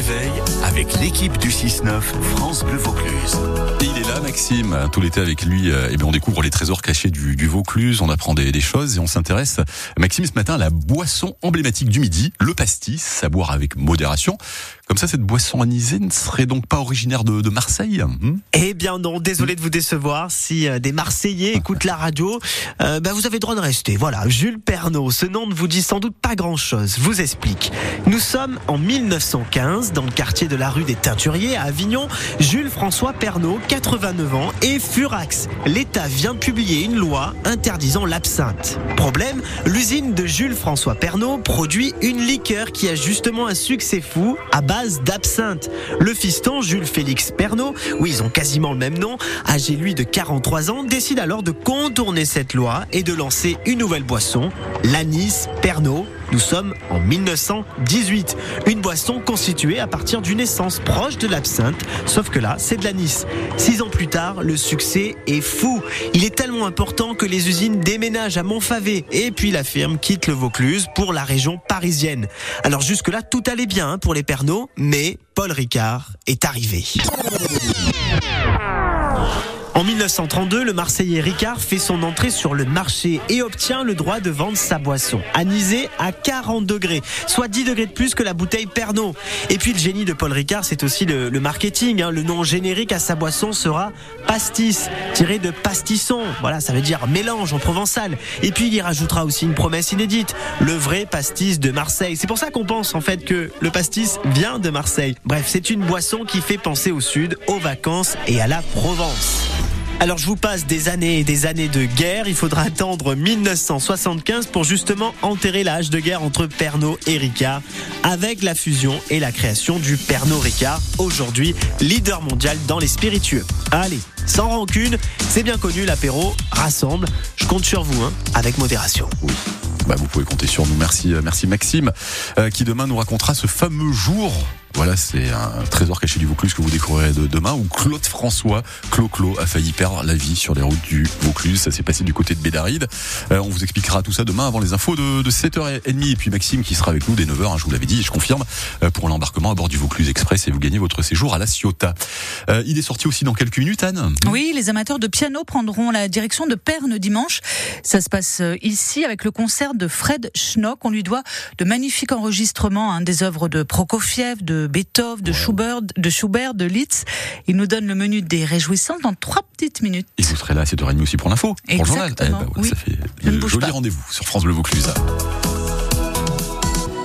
réveil avec l'équipe du 6-9 France Bleu Vaucluse. Et il est là, Maxime. Tout l'été avec lui, on découvre les trésors cachés du Vaucluse, on apprend des choses et on s'intéresse, Maxime, ce matin, à la boisson emblématique du midi, le pastis, à boire avec modération. Comme ça, cette boisson anisée ne serait donc pas originaire de Marseille? Eh bien non, désolé de vous décevoir. Si des Marseillais écoutent la radio, vous avez le droit de rester. Voilà, Jules Pernot, ce nom ne vous dit sans doute pas grand-chose. Je vous explique. Nous sommes en 1915, dans le quartier de la rue des Teinturiers, à Avignon. Jules François Pernot, 89 ans, et furax. L'État vient de publier une loi interdisant l'absinthe. Problème, l'usine de Jules François Pernot produit une liqueur qui a justement un succès fou à base d'absinthe. Le fiston, Jules Félix Pernot, oui, ils ont quasiment le même nom, âgé lui de 43 ans, décide alors de contourner cette loi et de lancer une nouvelle boisson, l'anis Pernot. Nous sommes en 1918. Une boisson constituée à partir d'une essence proche de l'absinthe, sauf que là, c'est de l'anis. 6 ans plus tard, le succès est fou. Il est tellement important que les usines déménagent à Montfavet et puis la firme quitte le Vaucluse pour la région parisienne. Alors jusque-là, tout allait bien pour les Pernot, mais Paul Ricard est arrivé. En 1932, le Marseillais Ricard fait son entrée sur le marché et obtient le droit de vendre sa boisson, anisée à 40 degrés, soit 10 degrés de plus que la bouteille Pernod. Et puis le génie de Paul Ricard, c'est aussi le marketing. Le nom générique à sa boisson sera pastis, tiré de pastisson. Voilà, ça veut dire mélange en provençal. Et puis il y rajoutera aussi une promesse inédite, le vrai pastis de Marseille. C'est pour ça qu'on pense en fait que le pastis vient de Marseille. Bref, c'est une boisson qui fait penser au sud, aux vacances et à la Provence. Alors je vous passe des années et des années de guerre. Il faudra attendre 1975 pour justement enterrer la hache de guerre entre Pernod et Ricard, avec la fusion et la création du Pernod Ricard, aujourd'hui leader mondial dans les spiritueux. Allez, sans rancune, c'est bien connu, l'apéro rassemble. Je compte sur vous, avec modération. Oui. Vous pouvez compter sur nous. Merci Maxime, qui demain nous racontera ce fameux jour. Voilà, c'est un trésor caché du Vaucluse que vous découvrirez demain, où Claude François, Clo, a failli perdre la vie sur les routes du Vaucluse. Ça s'est passé du côté de Bédaride. On vous expliquera tout ça demain avant les infos de 7h30. Et puis Maxime qui sera avec nous dès 9h, je vous l'avais dit, et je confirme, pour l'embarquement à bord du Vaucluse Express, et vous gagnez votre séjour à la Ciotat. Il est sorti aussi dans quelques minutes, Anne. Oui, les amateurs de piano prendront la direction de Perne dimanche. Ça se passe ici avec le concert de Fred Schnock. On lui doit de magnifiques enregistrements des œuvres de Prokofiev, de Beethoven, de Schubert, de Liszt. Il nous donne le menu des réjouissances dans 3 petites minutes. Et vous serez là à 7h30 aussi pour l'info, pour le journal. Exactement. Ça fait le joli rendez-vous sur France Bleu Vaucluse.